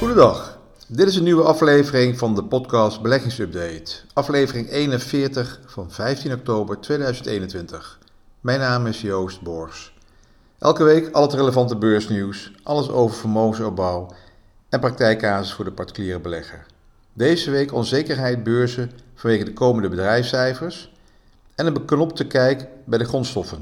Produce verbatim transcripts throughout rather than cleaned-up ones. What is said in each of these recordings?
Goedendag, dit is een nieuwe aflevering van de podcast Beleggingsupdate. Aflevering eenenveertig van vijftien oktober tweeduizend eenentwintig. Mijn naam is Joost Bors. Elke week al het relevante beursnieuws, alles over vermogensopbouw en praktijkcasus voor de particuliere belegger. Deze week onzekerheid beurzen vanwege de komende bedrijfscijfers en een beknopte kijk bij de grondstoffen.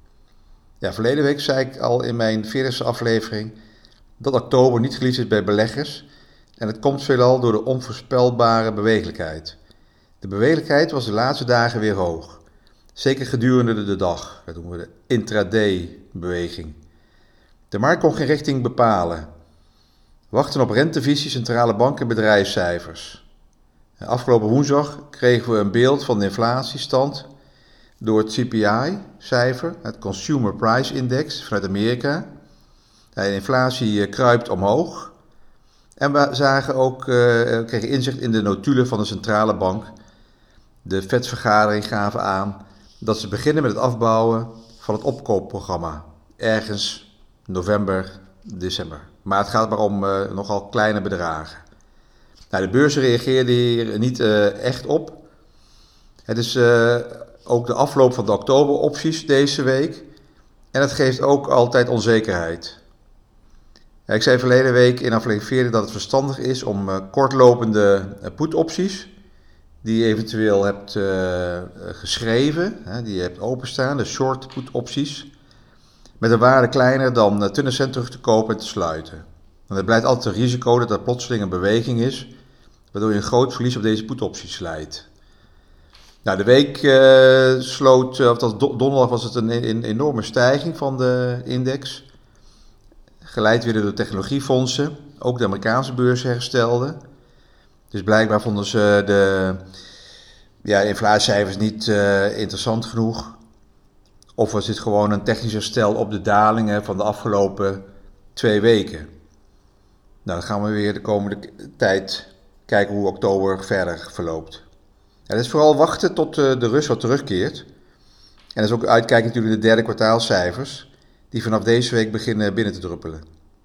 Ja, verleden week zei ik al in mijn veertigste aflevering dat oktober niet geliefd is bij beleggers en het komt veelal door de onvoorspelbare bewegelijkheid. De bewegelijkheid was de laatste dagen weer hoog, zeker gedurende de dag, dat noemen we de intraday beweging. De markt kon geen richting bepalen. Wachten op rentevisie, centrale banken en bedrijfscijfers. Afgelopen woensdag kregen we een beeld van de inflatiestand door het C P I-cijfer, het Consumer Price Index vanuit Amerika. De inflatie kruipt omhoog. En we zagen ook, uh, kregen inzicht in de notulen van de centrale bank. De F E D-vergadering gaven aan dat ze beginnen met het afbouwen van het opkoopprogramma. Ergens november, december. Maar het gaat maar om uh, nogal kleine bedragen. Nou, de beurzen reageerden hier niet uh, echt op. Het is uh, ook de afloop van de oktoberopties deze week. En dat geeft ook altijd onzekerheid. Ja, ik zei verleden week in aflevering veertig dat het verstandig is om uh, kortlopende uh, put-opties die je eventueel hebt uh, geschreven, hè, die je hebt openstaan, de short put-opties, met een waarde kleiner dan uh, twintig cent terug te kopen en te sluiten. Want het blijft altijd een risico dat er plotseling een beweging is, waardoor je een groot verlies op deze put-opties leidt. Nou, de week uh, sloot, uh, of dat donderdag was het een, een enorme stijging van de index. Geleid weer door de technologiefondsen, ook de Amerikaanse beurs herstelde. Dus blijkbaar vonden ze de ja, inflatiecijfers niet uh, interessant genoeg. Of was dit gewoon een technisch herstel op de dalingen van de afgelopen twee weken. Nou, dan gaan we weer de komende tijd kijken hoe oktober verder verloopt. Ja, het is vooral wachten tot uh, de rust wat terugkeert. En dat is ook uitkijken natuurlijk de derde kwartaalcijfers, die vanaf deze week beginnen binnen te druppelen.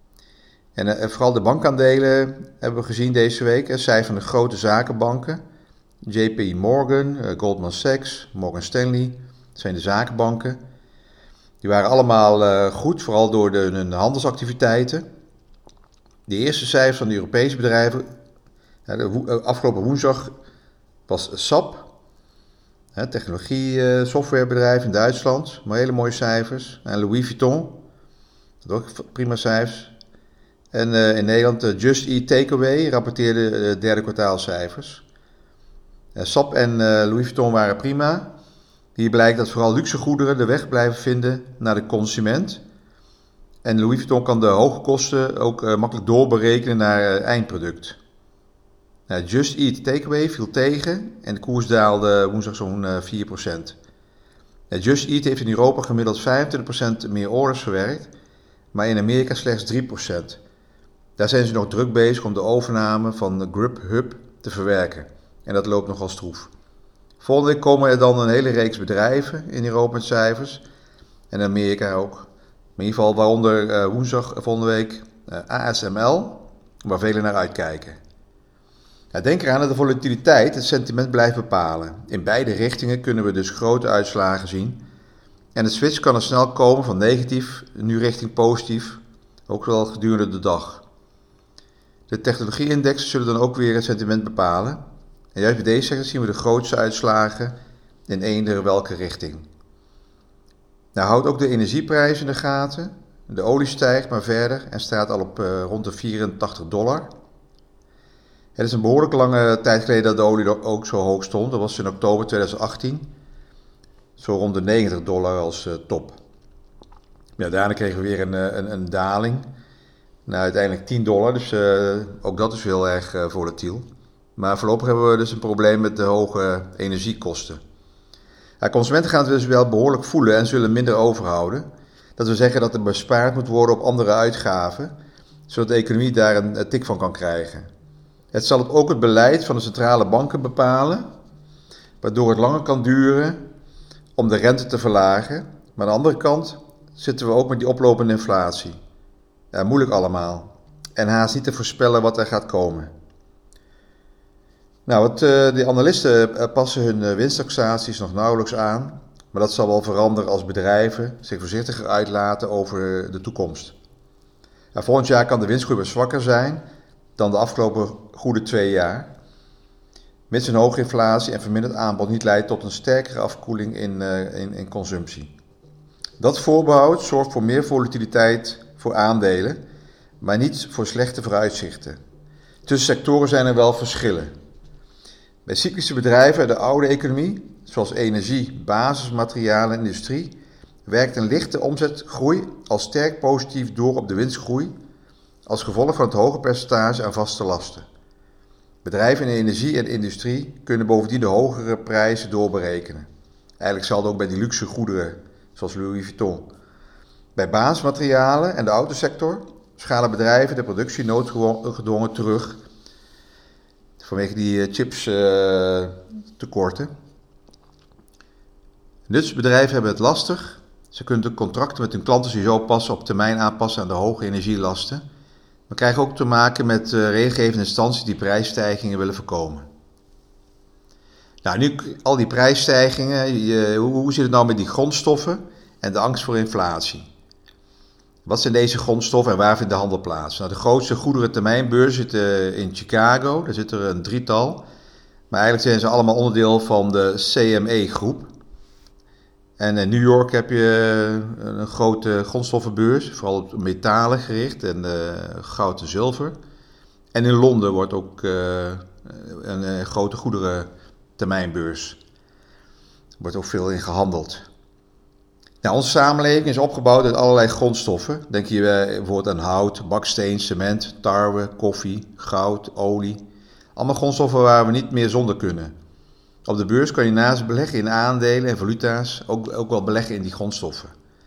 En uh, vooral de bankaandelen hebben we gezien deze week. Het zijn van de grote zakenbanken. J P Morgan, uh, Goldman Sachs, Morgan Stanley. Dat zijn de zakenbanken. Die waren allemaal uh, goed, vooral door de, hun handelsactiviteiten. De eerste cijfers van de Europese bedrijven. Uh, de wo- uh, afgelopen woensdag was S A P. Hè, technologie, uh, softwarebedrijf in Duitsland, maar hele mooie cijfers. En Louis Vuitton, dat ook prima cijfers. En uh, in Nederland uh, Just Eat Takeaway rapporteerde de uh, derde kwartaalcijfers. Uh, S A P en uh, Louis Vuitton waren prima. Hier blijkt dat vooral luxe goederen de weg blijven vinden naar de consument. En Louis Vuitton kan de hoge kosten ook uh, makkelijk doorberekenen naar uh, eindproduct. Nou, Just Eat Takeaway viel tegen en de koers daalde woensdag zo'n uh, vier procent. Nou, Just Eat heeft in Europa gemiddeld vijfentwintig procent meer orders verwerkt, maar in Amerika slechts drie procent. Daar zijn ze nog druk bezig om de overname van de Grubhub te verwerken. En dat loopt nogal stroef. Volgende week komen er dan een hele reeks bedrijven in Europa met cijfers. En in Amerika ook. Maar in ieder geval waaronder uh, woensdag volgende week uh, A S M L, waar velen naar uitkijken. Nou, denk eraan dat de volatiliteit het sentiment blijft bepalen. In beide richtingen kunnen we dus grote uitslagen zien. En de switch kan er snel komen van negatief, nu richting positief, ook wel gedurende de dag. De technologie-indexen zullen dan ook weer het sentiment bepalen. En juist bij deze sector zien we de grootste uitslagen in eender welke richting. Nou, houd ook de energieprijs in de gaten. De olie stijgt maar verder en staat al op uh, rond de vierentachtig dollar. Het is een behoorlijk lange tijd geleden dat de olie ook zo hoog stond. Dat was in oktober tweeduizend achttien. Zo rond de negentig dollar als uh, top. Ja, daarna kregen we weer een, een, een daling. Nou, uiteindelijk tien dollar, dus uh, ook dat is heel erg uh, volatiel. Maar voorlopig hebben we dus een probleem met de hoge energiekosten. Ja, consumenten gaan het dus wel behoorlijk voelen en zullen minder overhouden. Dat wil zeggen dat er bespaard moet worden op andere uitgaven, zodat de economie daar een, een tik van kan krijgen. Het zal ook het beleid van de centrale banken bepalen, waardoor het langer kan duren om de rente te verlagen. Maar aan de andere kant zitten we ook met die oplopende inflatie. Ja, moeilijk allemaal. en haast niet te voorspellen wat er gaat komen. Nou, het, uh, de analisten uh, passen hun uh, winsttaxaties nog nauwelijks aan, maar dat zal wel veranderen als bedrijven zich voorzichtiger uitlaten over de toekomst. Nou, volgend jaar kan de winstgroei weer zwakker zijn dan de afgelopen goede twee jaar, mits een hoge inflatie en verminderd aanbod niet leidt tot een sterkere afkoeling in, uh, in, in consumptie. Dat voorbehoud zorgt voor meer volatiliteit voor aandelen, maar niet voor slechte vooruitzichten. Tussen sectoren zijn er wel verschillen. Bij cyclische bedrijven uit de oude economie, zoals energie, basismaterialen en industrie, werkt een lichte omzetgroei al sterk positief door op de winstgroei, als gevolg van het hoge percentage aan vaste lasten. Bedrijven in energie en industrie kunnen bovendien de hogere prijzen doorberekenen. Eigenlijk zal het ook bij die luxe goederen, zoals Louis Vuitton. Bij basismaterialen en de autosector schalen bedrijven de productie noodgedwongen terug vanwege die chipstekorten. Uh, dus bedrijven hebben het lastig. Ze kunnen de contracten met hun klanten sowieso passen op termijn aanpassen aan de hoge energielasten. We krijgen ook te maken met uh, regelgevende instanties die prijsstijgingen willen voorkomen. Nou, nu al die prijsstijgingen, je, hoe, hoe zit het nou met die grondstoffen en de angst voor inflatie? Wat zijn deze grondstoffen en waar vindt de handel plaats? Nou, de grootste goederentermijnbeurs zit uh, in Chicago, daar zit er een drietal. Maar eigenlijk zijn ze allemaal onderdeel van de C M E-groep. En in New York heb je een grote grondstoffenbeurs, vooral op metalen gericht en uh, goud en zilver. En in Londen wordt ook uh, een, een grote goederentermijnbeurs. Er wordt ook veel in gehandeld. Nou, onze samenleving is opgebouwd uit allerlei grondstoffen. Denk je bijvoorbeeld aan hout, baksteen, cement, tarwe, koffie, goud, olie. Allemaal grondstoffen waar we niet meer zonder kunnen. Op de beurs kan je naast beleggen in aandelen en valuta's ook, ook wel beleggen in die grondstoffen.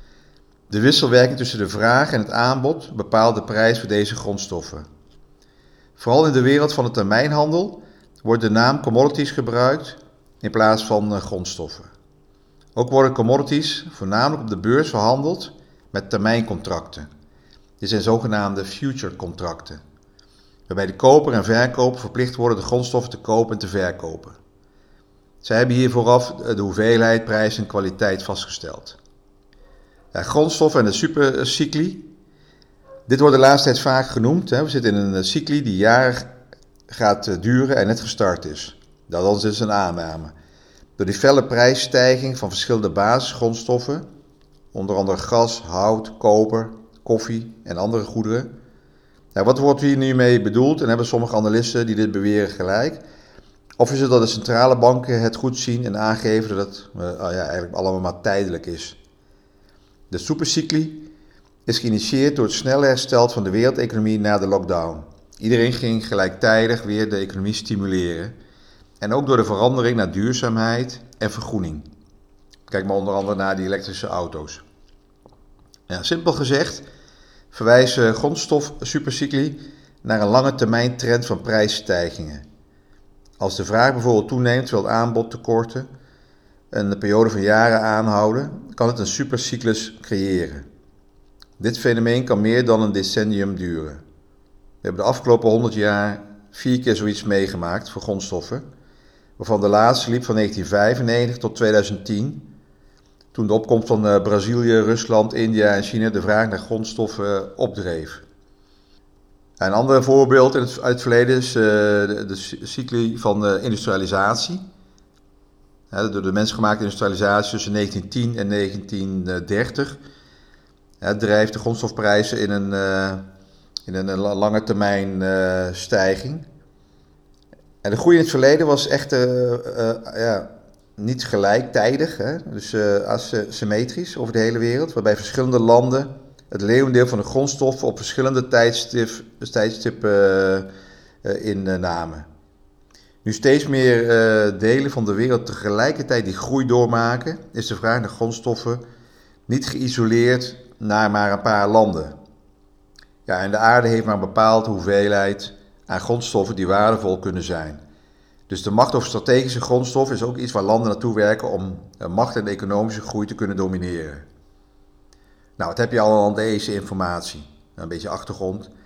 De wisselwerking tussen de vraag en het aanbod bepaalt de prijs voor deze grondstoffen. Vooral in de wereld van de termijnhandel wordt de naam commodities gebruikt in plaats van uh, grondstoffen. Ook worden commodities voornamelijk op de beurs verhandeld met termijncontracten. Dit zijn zogenaamde future contracten, waarbij de koper en verkoper verplicht worden de grondstoffen te kopen en te verkopen. Zij hebben hier vooraf de hoeveelheid, prijs en kwaliteit vastgesteld. Ja, grondstoffen en de supercycli. Dit wordt de laatste tijd vaak genoemd. Hè. We zitten in een cycli die jaren gaat duren en net gestart is. Dat is dus een aanname. Door die felle prijsstijging van verschillende basisgrondstoffen, onder andere gas, hout, koper, koffie en andere goederen. Nou, wat wordt hier nu mee bedoeld? En hebben sommige analisten die dit beweren gelijk? Of is het dat de centrale banken het goed zien en aangeven dat het uh, ja, eigenlijk allemaal maar tijdelijk is? De supercycli is geïnitieerd door het snelle herstel van de wereldeconomie na de lockdown. Iedereen ging gelijktijdig weer de economie stimuleren. En ook door de verandering naar duurzaamheid en vergroening. Kijk maar onder andere naar die elektrische auto's. Ja, simpel gezegd verwijzen grondstof supercycli naar een lange termijn trend van prijsstijgingen. Als de vraag bijvoorbeeld toeneemt terwijl het aanbod tekorten een periode van jaren aanhouden, kan het een supercyclus creëren. Dit fenomeen kan meer dan een decennium duren. We hebben de afgelopen honderd jaar vier keer zoiets meegemaakt voor grondstoffen, waarvan de laatste liep van negentien vijfennegentig tot tweeduizend tien, toen de opkomst van uh, Brazilië, Rusland, India en China de vraag naar grondstoffen uh, opdreef. Een ander voorbeeld uit het verleden is uh, de, de cycli van de industrialisatie. Ja, door de mensgemaakte industrialisatie tussen negentien tien en negentien dertig ja, drijft de grondstofprijzen in een, uh, in een lange termijn uh, stijging. En de groei in het verleden was echt uh, uh, ja, niet gelijktijdig, hè? Dus uh, asymmetrisch over de hele wereld, waarbij verschillende landen het leeuwendeel van de grondstoffen op verschillende tijdstip, tijdstippen uh, uh, innamen. Nu steeds meer uh, delen van de wereld tegelijkertijd die groei doormaken, is de vraag naar grondstoffen niet geïsoleerd naar maar een paar landen. Ja, en de aarde heeft maar een bepaalde hoeveelheid aan grondstoffen die waardevol kunnen zijn. Dus de macht over strategische grondstoffen is ook iets waar landen naartoe werken om macht en economische groei te kunnen domineren. Nou, wat heb je al aan deze informatie? Een beetje achtergrond.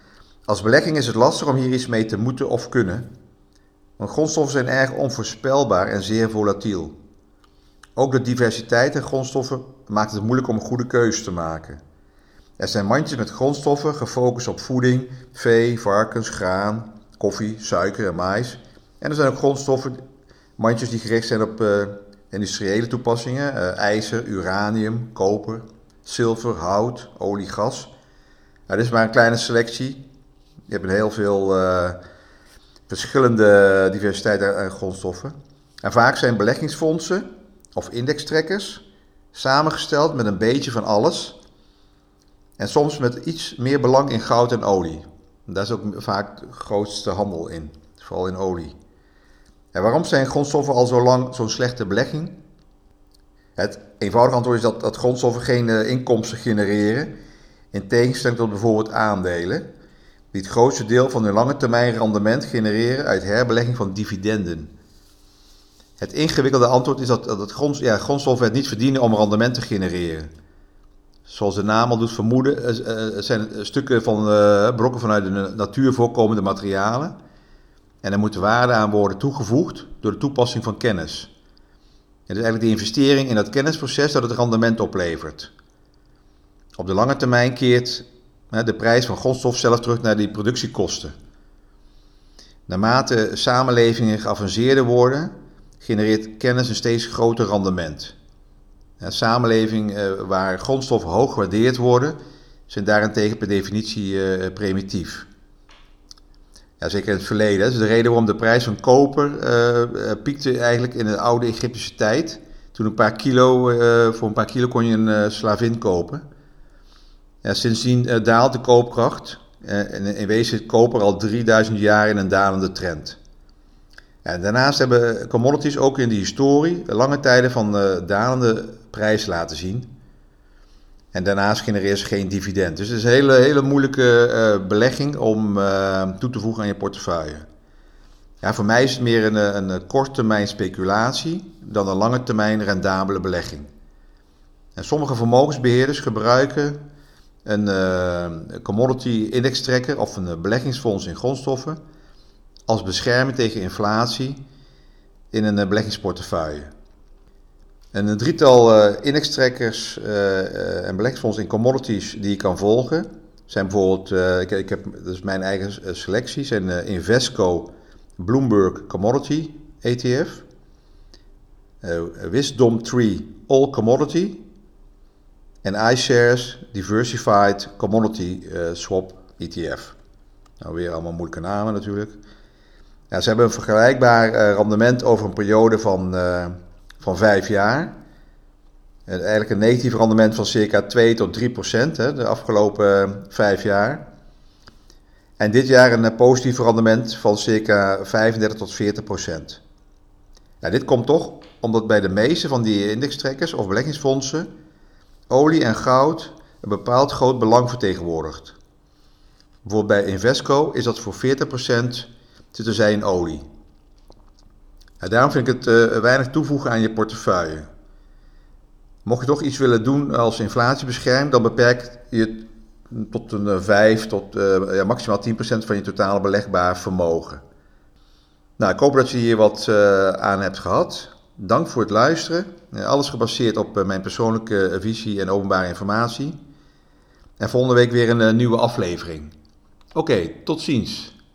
Als belegging is het lastig om hier iets mee te moeten of kunnen, want grondstoffen zijn erg onvoorspelbaar en zeer volatiel. Ook de diversiteit in grondstoffen maakt het moeilijk om een goede keuze te maken. Er zijn mandjes met grondstoffen gefocust op voeding, vee, varkens, graan, koffie, suiker en maïs. En er zijn ook grondstoffen, mandjes die gericht zijn op uh, industriële toepassingen, uh, ijzer, uranium, koper, zilver, hout, olie, gas. Nou, dit is maar een kleine selectie. Je hebt een heel veel uh, verschillende diversiteit aan grondstoffen. En vaak zijn beleggingsfondsen of indextrekkers samengesteld met een beetje van alles. En soms met iets meer belang in goud en olie. Daar is ook vaak de grootste handel in, vooral in olie. En waarom zijn grondstoffen al zo lang zo'n slechte belegging? Het eenvoudige antwoord is dat, dat grondstoffen geen uh, inkomsten genereren, in tegenstelling tot bijvoorbeeld aandelen, die het grootste deel van hun lange termijn rendement genereren uit herbelegging van dividenden. Het ingewikkelde antwoord is dat, dat grond, ja, grondstoffen het niet verdienen om rendement te genereren. Zoals de naam al doet vermoeden, het zijn stukken van uh, brokken vanuit de natuur voorkomende materialen. En er moet waarde aan worden toegevoegd door de toepassing van kennis. Het is eigenlijk de investering in dat kennisproces dat het rendement oplevert. Op de lange termijn keert uh, de prijs van grondstof zelf terug naar die productiekosten. Naarmate samenlevingen geavanceerder worden, genereert kennis een steeds groter rendement. Een samenleving uh, waar grondstoffen hoog gewaardeerd worden, zijn daarentegen per definitie uh, primitief. Ja, zeker in het verleden. Dat is de reden waarom de prijs van koper uh, piekte eigenlijk in de oude Egyptische tijd. Toen een paar kilo, uh, voor een paar kilo kon je een uh, slavin kopen. Ja, sindsdien uh, daalt de koopkracht. Uh, en in wezen zit koper al drieduizend jaar in een dalende trend. En daarnaast hebben commodities ook in de historie lange tijden van uh, dalende prijs laten zien. En daarnaast genereert ze geen dividend. Dus het is een hele, hele moeilijke uh, belegging om uh, toe te voegen aan je portefeuille. Ja, voor mij is het meer een, een korte termijn speculatie dan een lange termijn rendabele belegging. En sommige vermogensbeheerders gebruiken een uh, commodity index tracker of een beleggingsfonds in grondstoffen als bescherming tegen inflatie in een uh, beleggingsportefeuille. En een drietal uh, indextrackers uh, uh, en beleggingsfondsen in commodities die je kan volgen zijn bijvoorbeeld, uh, ik, ik heb, dat is mijn eigen uh, selectie, zijn uh, Invesco Bloomberg Commodity E T F, uh, Wisdom Tree All Commodity en iShares Diversified Commodity uh, Swap E T F. Nou, weer allemaal moeilijke namen natuurlijk. Ja, ze hebben een vergelijkbaar uh, rendement over een periode van, uh, van vijf jaar. En eigenlijk een negatief rendement van circa twee tot drie procent hè, de afgelopen uh, vijf jaar. En dit jaar een uh, positief rendement van circa vijfendertig tot veertig procent. Nou, dit komt toch omdat bij de meeste van die indextrekkers of beleggingsfondsen olie en goud een bepaald groot belang vertegenwoordigt. Bijvoorbeeld bij Invesco is dat voor veertig procent zitten zij in olie. En daarom vind ik het uh, weinig toevoegen aan je portefeuille. Mocht je toch iets willen doen als inflatiebescherming, dan beperk je het tot een uh, vijf tot uh, ja, maximaal tien procent van je totale belegbaar vermogen. Nou, ik hoop dat je hier wat uh, aan hebt gehad. Dank voor het luisteren. Uh, alles gebaseerd op uh, mijn persoonlijke uh, visie en openbare informatie. En volgende week weer een uh, nieuwe aflevering. Oké, okay, tot ziens.